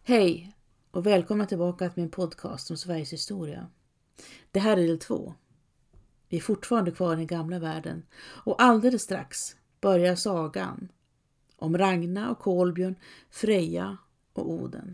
Hej och välkomna tillbaka till min podcast om Sveriges historia. Det här är del 2. Vi är fortfarande kvar i den gamla världen och alldeles strax börjar sagan om Ragna och Kolbjörn, Freja och Oden.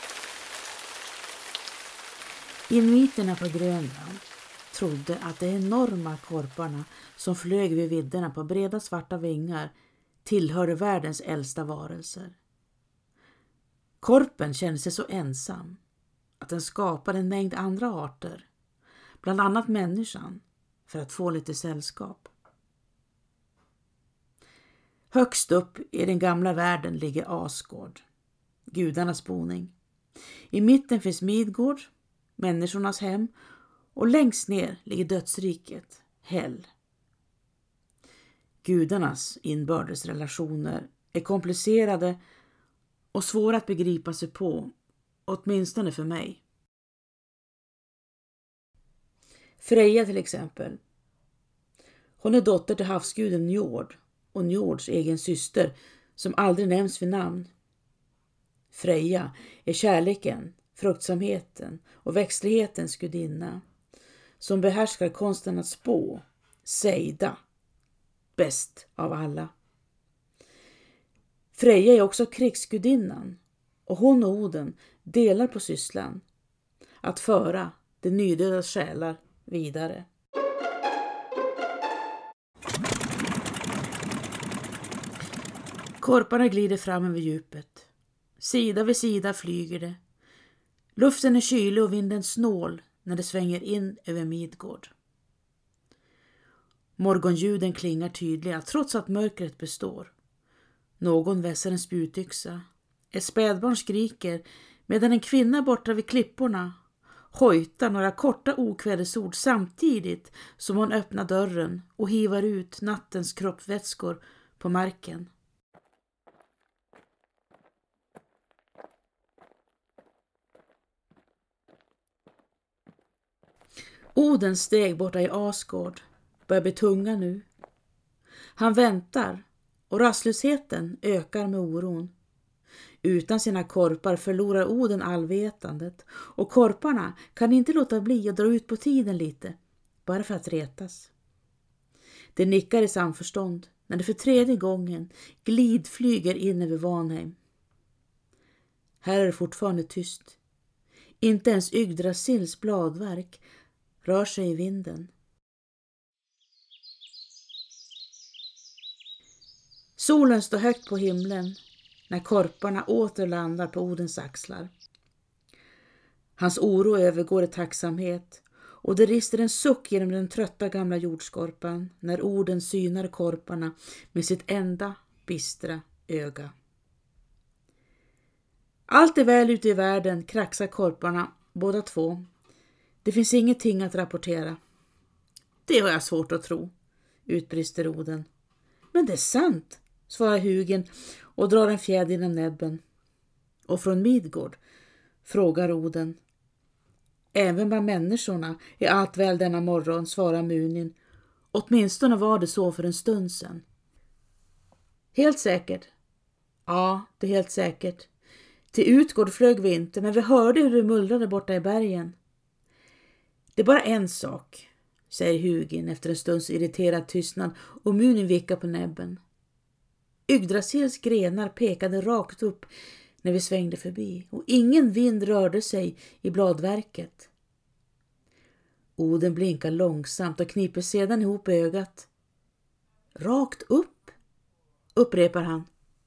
Inuiterna på Grönland trodde att de enorma korparna som flög vid vidderna på breda svarta vingar tillhörde världens äldsta varelser. Korpen kände sig så ensam att den skapade en mängd andra arter, bland annat människan, för att få lite sällskap. Högst upp i den gamla världen ligger Asgård, gudarnas boning. I mitten finns Midgård, människornas hem, och längst ner ligger dödsriket, Hell. Gudarnas inbördes relationer är komplicerade och svåra att begripa sig på, åtminstone för mig. Freja till exempel. Hon är dotter till havsguden Njord och Njords egen syster som aldrig nämns vid namn. Freja är kärleken, fruktsamheten och växtlighetens gudinna som behärskar konsten att spå, sejda, bäst av alla. Freja är också krigsgudinnan och hon och Oden delar på sysslan att föra de nydödas själar vidare. Korparna glider fram över djupet. Sida vid sida flyger det. Luften är kylig och vinden snål när det svänger in över Midgård. Morgonljuden klingar tydliga trots att mörkret består. Någon vässar en spjutyxa. Ett spädbarn skriker medan en kvinna borta vid klipporna hojtar några korta okvädesord samtidigt som hon öppnar dörren och hivar ut nattens kroppsvätskor på marken. Odens steg borta i Asgård börjar bli tunga nu. Han väntar och rastlösheten ökar med oron. Utan sina korpar förlorar Oden allvetandet och korparna kan inte låta bli att dra ut på tiden lite, bara för att retas. Det nickar i samförstånd när det för tredje gången glidflyger in över Vanheim. Här är det fortfarande tyst. Inte ens Yggdrasils bladverk rör sig i vinden. Solen står högt på himlen när korparna åter landar på Odens axlar. Hans oro övergår i tacksamhet och det rister en suck genom den trötta gamla jordskorpan när Oden synar korparna med sitt enda bistra öga. Allt är väl ute i världen, kraxar korparna, båda två. Det finns ingenting att rapportera. Det har jag svårt att tro, utbrister Oden. Men det är sant, svarar Hugin och drar en fjäder genom näbben. Och från Midgård, frågar Oden. Även bland människorna är allt väl denna morgon, svarar Munin. Åtminstone var det så för en stund sedan. Helt säkert. Ja, det är helt säkert. Till Utgård flög vi inte, men vi hörde hur det mullrade borta i bergen. Det är bara en sak, säger Hugin efter en stunds irriterad tystnad och Munin vickar på näbben. Yggdrasils grenar pekade rakt upp när vi svängde förbi och ingen vind rörde sig i bladverket. Oden blinkar långsamt och kniper sedan ihop ögat. Rakt upp, upprepar han.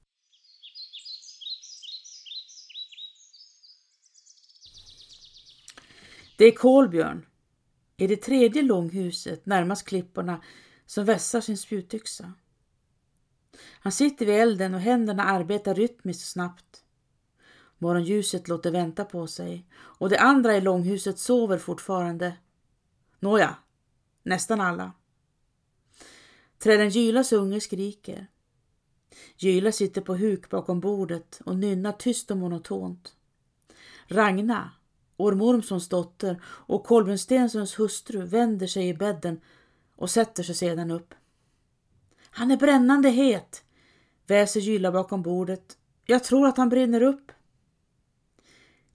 Det är Kolbjörn i det tredje långhuset närmast klipporna som vässar sin spjutyxa. Han sitter vid elden och händerna arbetar rytmiskt snabbt. Morgonljuset låter vänta på sig och de andra i långhuset sover fortfarande. Nåja, nästan alla. Träden Gylas unge skriker. Gyla sitter på huk bakom bordet och nynnar tyst och monotont. Ragna, Ormormssons dotter och Kolbjörn Stensons hustru vänder sig i bädden och sätter sig sedan upp. Han är brännande het, väser Gyla bakom bordet. Jag tror att han brinner upp.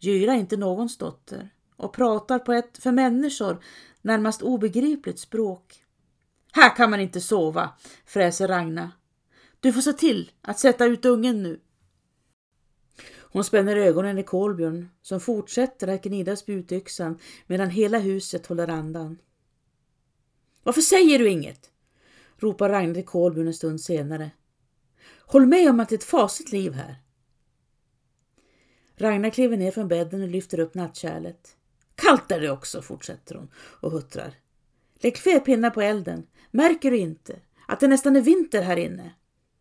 Gyla är inte någons dotter och pratar på ett för människor närmast obegripligt språk. Här kan man inte sova, fräser Ragna. Du får se till att sätta ut ungen nu. Hon spänner ögonen i Kolbjörn som fortsätter att gnida spjutyxan medan hela huset håller andan. Varför säger du inget? Ropar Ragna till Kolbjörn en stund senare. Håll med om att det är ett fasligt liv här. Ragna kliver ner från bädden och lyfter upp nattkärlet. Kallt är det också, fortsätter hon och huttrar. Lägg fler pinnar på elden. Märker du inte att det nästan är vinter här inne?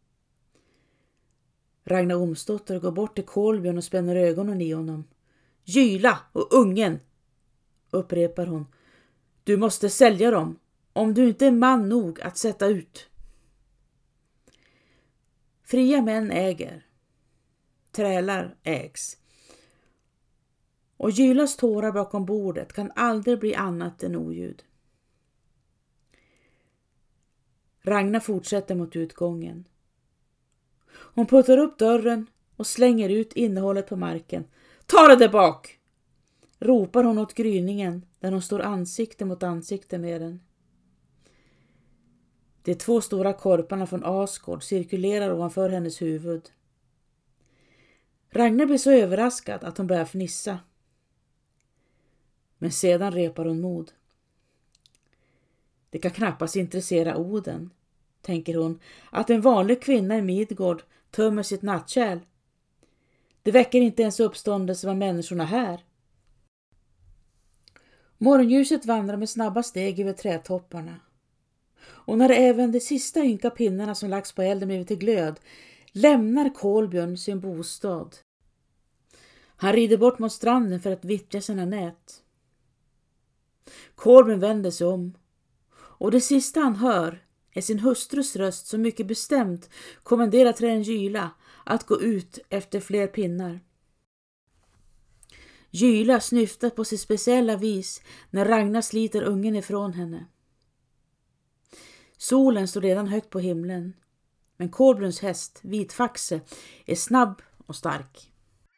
Ragna omståtter går bort till Kolbjörn och spänner ögonen i honom. Gyla och ungen, upprepar hon. Du måste sälja dem om du inte är man nog att sätta ut. Fria män äger. Trälar ägs. Och Gylas tårar bakom bordet kan aldrig bli annat än oljud. Ragna fortsätter mot utgången. Hon puttar upp dörren och slänger ut innehållet på marken. Ta det där bak! Ropar hon åt gryningen där hon står ansikte mot ansikte med den. De 2 stora korparna från Asgård cirkulerar ovanför hennes huvud. Ragnar blir så överraskad att hon börjar fnissa. Men sedan repar hon mod. Det kan knappast intressera Oden, tänker hon, att en vanlig kvinna i Midgård tömmer sitt nattkärl. Det väcker inte ens uppståndelse av människorna här. Morgonljuset vandrar med snabba steg över trädtopparna. Och när även de sista ynka pinnarna som lagts på elden blivit till glöd lämnar Kolbjörn sin bostad. Han rider bort mot stranden för att vittja sina nät. Kolbjörn vänder sig om och det sista han hör är sin hustrus röst som mycket bestämt kommenderar träden Gyla att gå ut efter fler pinnar. Gyla snyftar på sitt speciella vis när Ragnar sliter ungen ifrån henne. Solen står redan högt på himlen, men Kolbjörns häst, Vitfaxe, är snabb och stark.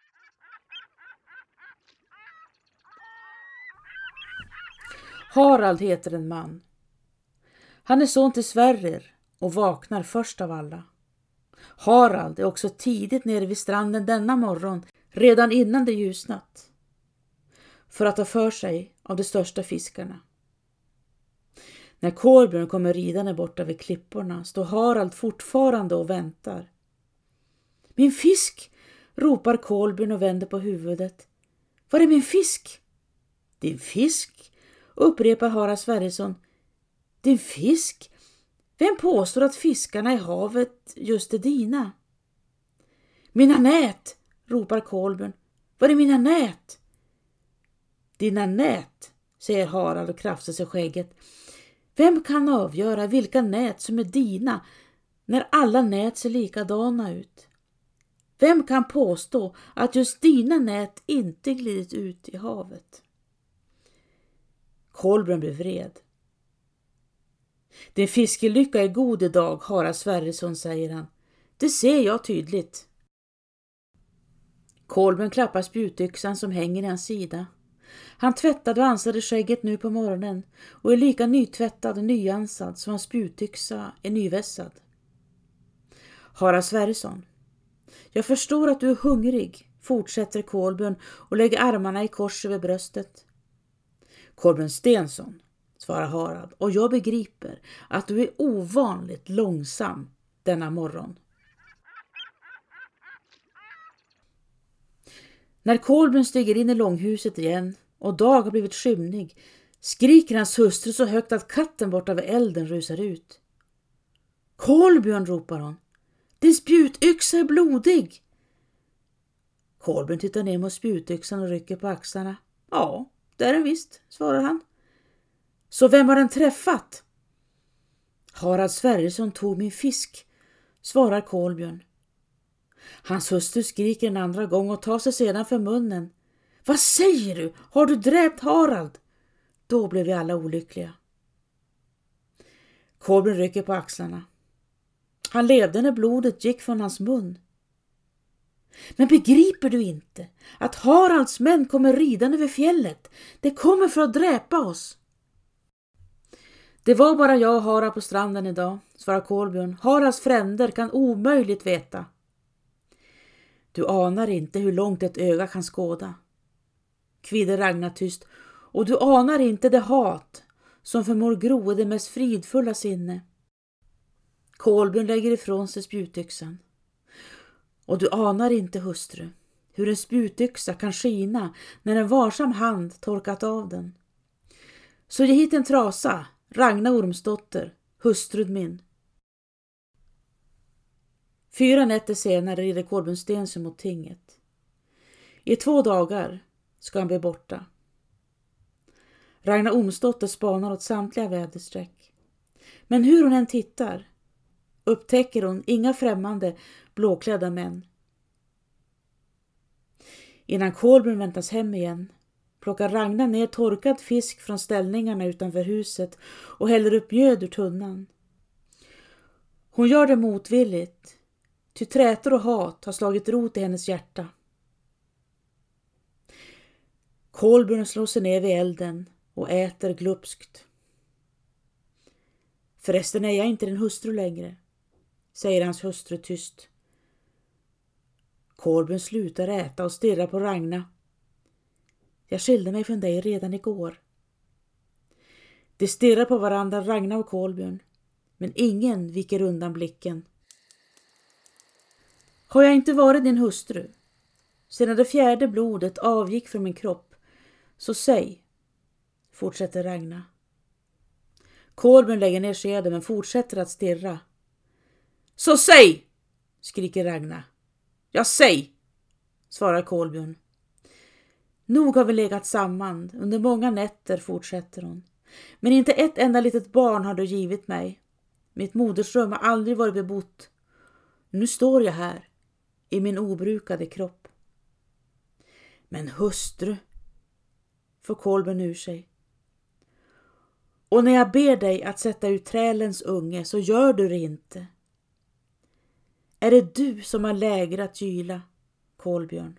Harald heter en man. Han är son till Sverrir och vaknar först av alla. Harald är också tidigt nere vid stranden denna morgon, redan innan det ljusnat, för att ta för sig av de största fiskarna. När Kolbjörn kommer ridande borta vid klipporna står Harald fortfarande och väntar. Min fisk, ropar Kolbjörn och vänder på huvudet. Var är min fisk? Din fisk, upprepar Harald Sverrisson. Din fisk? Vem påstår att fiskarna i havet just är dina? Mina nät, ropar Kolbjörn. Var är mina nät? Dina nät, säger Harald och krafsar sig skägget. Vem kan avgöra vilka nät som är dina när alla nät ser likadana ut? Vem kan påstå att just dina nät inte glidit ut i havet? Kolbjörn blev vred. Din fiskelycka är god idag, Harald Sverrisson, säger han. Det ser jag tydligt. Kolbjörn klappar spjutyxan som hänger i hans sida. Han tvättade och ansade skägget nu på morgonen och är lika nytvättad och nyansad som hans spjutyxa är nyvässad. Harald Sverrisson, jag förstår att du är hungrig, fortsätter Kolbjörn och lägger armarna i kors över bröstet. Kolbjörn Stensson, svarar Harald, och jag begriper att du är ovanligt långsam denna morgon. När Kolbjörn stiger in i långhuset igen och dag har blivit skymnig skriker hans hustru så högt att katten borta vid elden rusar ut. Kolbjörn, ropar hon. Din spjutyxa är blodig. Kolbjörn tittar ner mot spjutyxan och rycker på axlarna. Ja, det är den visst, svarar han. Så vem har den träffat? Harald Sverrisson tog min fisk, svarar Kolbjörn. Hans hustru skriker en andra gång och tar sig sedan för munnen. Vad säger du? Har du dräpt Harald? Då blev vi alla olyckliga. Kolbjörn rycker på axlarna. Han levde när blodet gick från hans mun. Men begriper du inte att Haralds män kommer ridande över fjället? Det kommer för att dräpa oss. Det var bara jag och Harald på stranden idag, svarar Kolbjörn. Haralds fränder kan omöjligt veta. Du anar inte hur långt ett öga kan skåda, kvidde Ragnar tyst, och du anar inte det hat som förmår gro i det mest fridfulla sinne. Kolbjörn lägger ifrån sig spjutyxan. Och du anar inte, hustru, hur en spjutyxa kan skina när en varsam hand torkat av den. Så ge hit en trasa, Ragnar Ormsdotter, hustrud min. 4 nätter senare rider Kolbjörn Stensson mot tinget. I 2 dagar ska han bli borta. Ragnar Ormsdotter spanar åt samtliga väderstreck. Men hur hon än tittar upptäcker hon inga främmande blåklädda män. Innan Kolbjörn väntas hem igen plockar Ragnar ner torkad fisk från ställningarna utanför huset och häller upp mjöd ur tunnan. Hon gör det motvilligt, ty trätor och hat har slagit rot i hennes hjärta. Kolbjörn slår sig ner vid elden och äter glupskt. Förresten är jag inte din hustru längre, säger hans hustru tyst. Kolbjörn slutar äta och stirrar på Ragnar. Jag skilde mig från dig redan igår. De stirrar på varandra, Ragnar och Kolbjörn, men ingen viker undan blicken. Har jag inte varit din hustru sedan det 4:e blodet avgick från min kropp, så säg, fortsätter Ragnar. Kolbjörn lägger ner skeden men fortsätter att stirra. Så säg, skriker Ragnar. Ja, säg, svarar Kolbjörn. Nog har vi legat samman under många nätter, fortsätter hon. Men inte ett enda litet barn har du givit mig. Mitt modersrum har aldrig varit bebott. Nu står jag här i min obrukade kropp. Men hustru, får Kolbjörn ur sig. Och när jag ber dig att sätta ut trälens unge så gör du det inte. Är det du som har lägrat Gyla, Kolbjörn?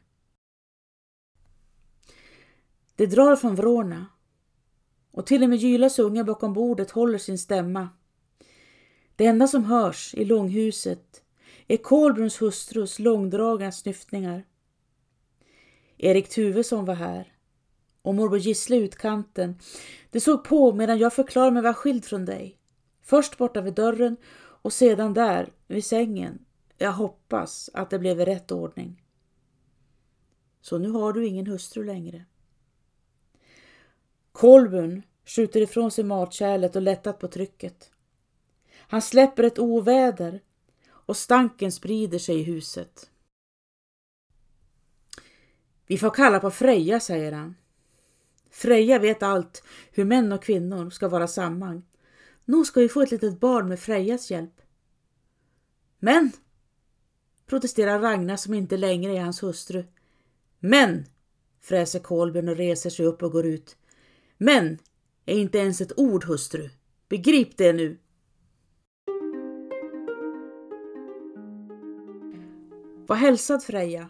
Det drar från vrårna och till och med Gylas unge bakom bordet håller sin stämma. Det enda som hörs i långhuset är Kolbjörns hustrus långdragna snyftningar. Erik Tuvesson var här och morbror Gissle utkanten. Det såg på medan jag förklarade mig vara skild från dig. Först borta vid dörren och sedan där vid sängen. Jag hoppas att det blev i rätt ordning. Så nu har du ingen hustru längre. Kolbjörn skjuter ifrån sig matkärlet och lättat på trycket. Han släpper ett oväder och stanken sprider sig i huset. Vi får kalla på Freja, säger han. Freja vet allt hur män och kvinnor ska vara samman. Nu ska vi få ett litet barn med Frejas hjälp. Men, protesterar Ragnar som inte längre är hans hustru. Men, fräser Kolbjörn och reser sig upp och går ut. Men är inte ens ett ord, hustru. Begrip det nu. Var hälsad, Freja.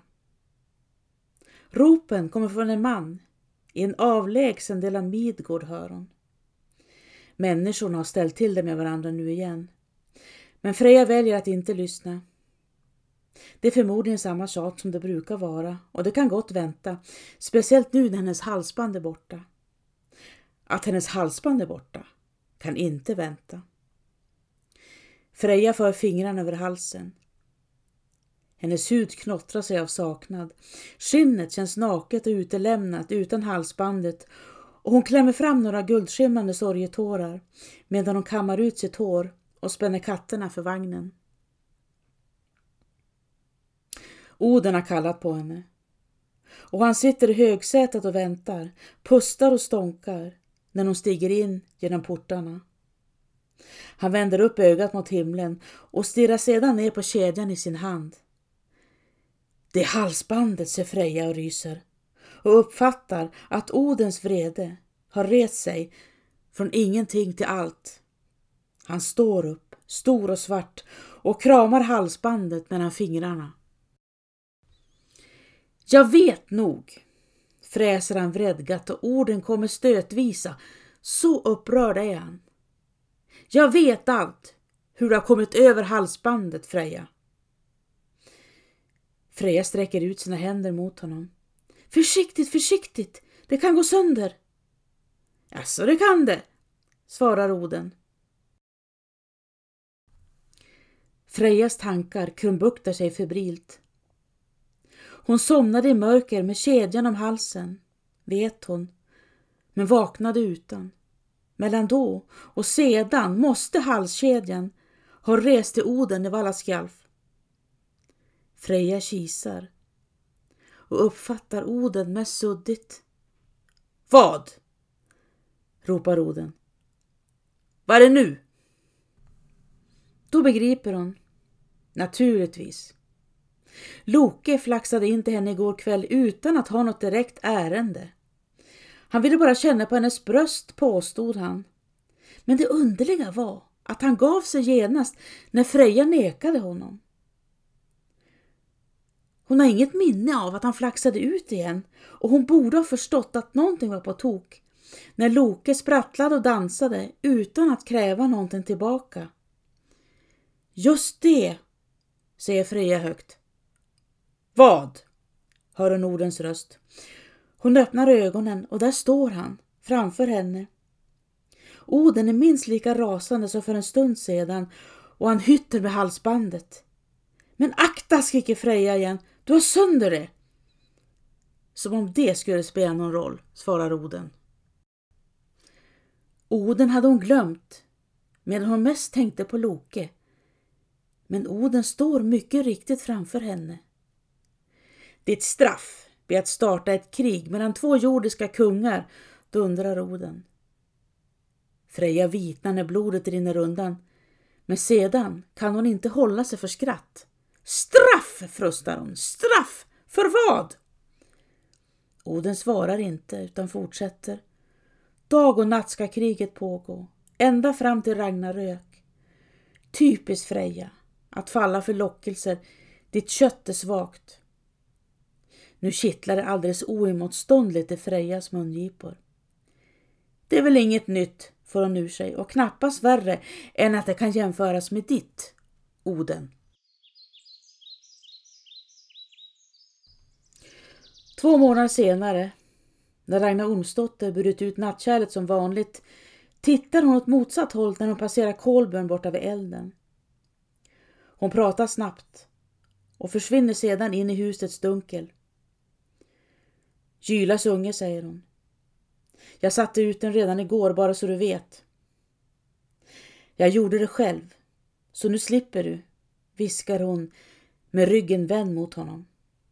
Ropen kommer från en man. I en avlägsen del av Midgård, hör hon. Människorna har ställt till det med varandra nu igen. Men Freja väljer att inte lyssna. Det är förmodligen samma tjat som det brukar vara, och det kan gott vänta. Speciellt nu när hennes halsband är borta. Att hennes halsband är borta kan inte vänta. Freja för fingrarna över halsen. Hennes hud knottrar sig av saknad. Skinnet känns naket och utelämnat utan halsbandet, och hon klämmer fram några guldskimmande sorgetårar medan hon kammar ut sitt hår och spänner katterna för vagnen. Oden har kallat på henne, och han sitter i högsätet och väntar, pustar och stånkar när hon stiger in genom portarna. Han vänder upp ögat mot himlen och stirrar sedan ner på kedjan i sin hand. Det är halsbandet, ser Freja och ryser, och uppfattar att Odens vrede har rest sig från ingenting till allt. Han står upp, stor och svart, och kramar halsbandet mellan fingrarna. Jag vet nog, fräser han vredgat och orden kommer stötvisa. Så upprörd är han. Jag vet allt, hur du har kommit över halsbandet, Freja. Freja sträcker ut sina händer mot honom. Försiktigt, försiktigt, det kan gå sönder. Jaså, det kan det, svarar Oden. Frejas tankar krumbuktar sig febrilt. Hon somnade i mörker med kedjan om halsen, vet hon, men vaknade utan. Mellan då och sedan måste halskedjan ha rest till Oden i Valaskjalf. Freja kisar och uppfattar Oden mest suddigt. Vad? Ropar Oden. Vad är det nu? Då begriper hon. Naturligtvis. Loke flaxade in till henne igår kväll utan att ha något direkt ärende. Han ville bara känna på hennes bröst, påstod han. Men det underliga var att han gav sig genast när Freja nekade honom. Hon har inget minne av att han flaxade ut igen och hon borde ha förstått att någonting var på tok när Loke sprattlade och dansade utan att kräva någonting tillbaka. Just det, säger Freja högt. Vad? Hör hon Odens röst. Hon öppnar ögonen och där står han, framför henne. Oden är minst lika rasande som för en stund sedan och han hytter med halsbandet. Men akta, skriker Freja igen, du har sönder det. Som om det skulle spela någon roll, svarar Oden. Oden hade hon glömt, medan hon mest tänkte på Loke. Men Oden står mycket riktigt framför henne. Ditt straff blir att starta ett krig mellan två jordiska kungar, dundrar Oden. Freja vitnar när blodet rinner undan, men sedan kan hon inte hålla sig för skratt. Straff, frustar hon. Straff, för vad? Oden svarar inte utan fortsätter. Dag och natt ska kriget pågå, ända fram till Ragnarök. Typiskt Freja, att falla för lockelser, ditt kött är svagt. Nu kittlar det alldeles oemotståndligt i Frejas mungipor. Det är väl inget nytt, får hon ur sig, och knappast värre än att det kan jämföras med ditt, Oden. 2 månader senare, när Ragnar Ormsdotter burit ut nattkärlet som vanligt, tittar hon åt motsatt håll när hon passerar Kolbjörn borta vid elden. Hon pratar snabbt och försvinner sedan in i husets dunkel. Gylas unge, säger hon. Jag satte ut den redan igår, bara så du vet. Jag gjorde det själv, så nu slipper du, viskar hon med ryggen vänd mot honom.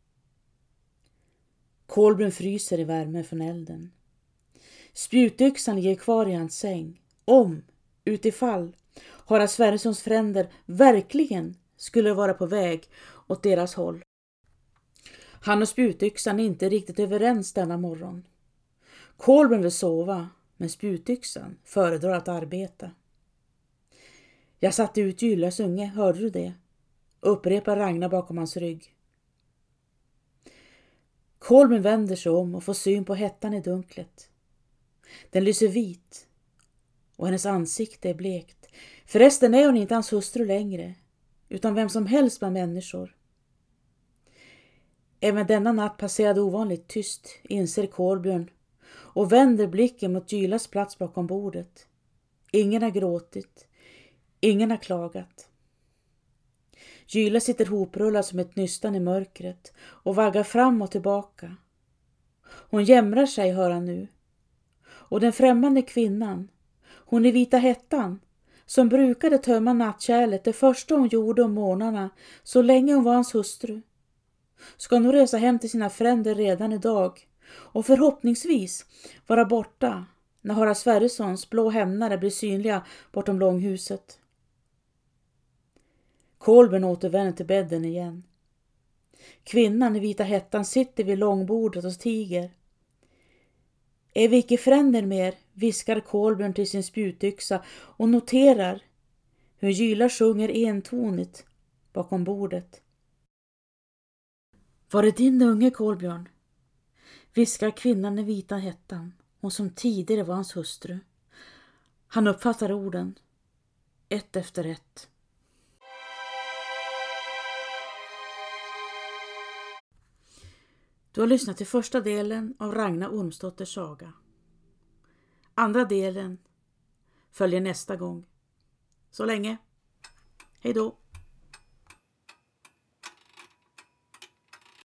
Kolbjörn fryser i värme från elden. Spjutyxan ligger kvar i hans säng. Utifall Harald Sverressons fränder verkligen skulle vara på väg åt deras håll. Han och spjutyxan är inte riktigt överens denna morgon. Kolbjörn vill sova, men spjutyxan föredrar att arbeta. Jag satte ut Gylas unge, hörde du det? Upprepar Ragnar bakom hans rygg. Kolbjörn vänder sig om och får syn på hettan i dunklet. Den lyser vit och hennes ansikte är blekt. Förresten är hon inte hans hustru längre, utan vem som helst bland människor. Även denna natt passerade ovanligt tyst, inser Kolbjörn, och vänder blicken mot Gylas plats bakom bordet. Ingen har gråtit, ingen har klagat. Gyla sitter hoprullad som ett nystan i mörkret och vaggar fram och tillbaka. Hon jämrar sig, hör han nu. Och den främmande kvinnan, hon i vita hettan, som brukade tömma nattkärlet det första hon gjorde om morgnarna så länge hon var hans hustru, ska nog resa hem till sina fränder redan idag och förhoppningsvis vara borta när Harald Sverressons blå hämnare blir synliga bortom långhuset. Kolbjörn återvänder till bädden igen. Kvinnan i vita hettan sitter vid långbordet och tiger. Är vi icke fränder mer, viskar Kolbjörn till sin spjutyxa och noterar hur Gyla sjunger entonigt bakom bordet. Var det din unge, Kolbjörn? Viskar kvinnan i vita hettan, hon som tidigare var hans hustru. Han uppfattar orden, ett efter ett. Du har lyssnat till första delen av Ragnar Ormsdotters saga. Andra delen följer nästa gång. Så länge. Hej då!